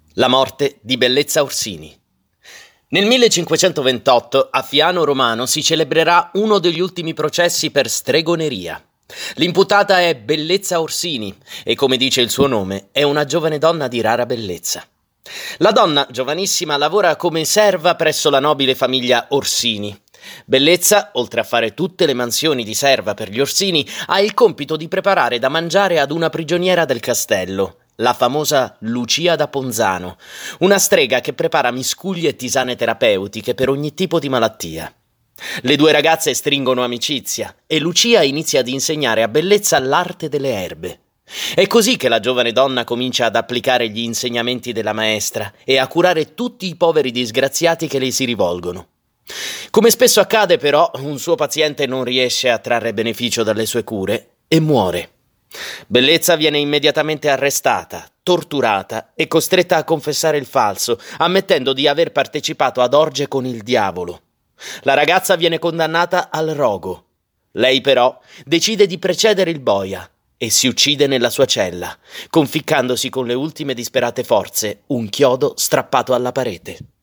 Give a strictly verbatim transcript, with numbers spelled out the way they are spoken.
La morte di Bellezza Orsini. Nel millecinquecentoventotto a Fiano Romano si celebrerà uno degli ultimi processi per stregoneria. L'imputata è Bellezza Orsini e, come dice il suo nome, è una giovane donna di rara bellezza. La donna, giovanissima, lavora come serva presso la nobile famiglia Orsini. Bellezza, oltre a fare tutte le mansioni di serva per gli Orsini, ha il compito di preparare da mangiare ad una prigioniera del castello, la famosa Lucia da Ponzano, una strega che prepara miscugli e tisane terapeutiche per ogni tipo di malattia. Le due ragazze stringono amicizia e Lucia inizia ad insegnare a Bellezza l'arte delle erbe. È così che la giovane donna comincia ad applicare gli insegnamenti della maestra e a curare tutti i poveri disgraziati che le si rivolgono. Come spesso accade, però, un suo paziente non riesce a trarre beneficio dalle sue cure e muore. Bellezza viene immediatamente arrestata, torturata e costretta a confessare il falso, ammettendo di aver partecipato ad orge con il diavolo. La ragazza viene condannata al rogo. Lei, però, decide di precedere il boia e si uccide nella sua cella, conficcandosi con le ultime disperate forze un chiodo strappato alla parete.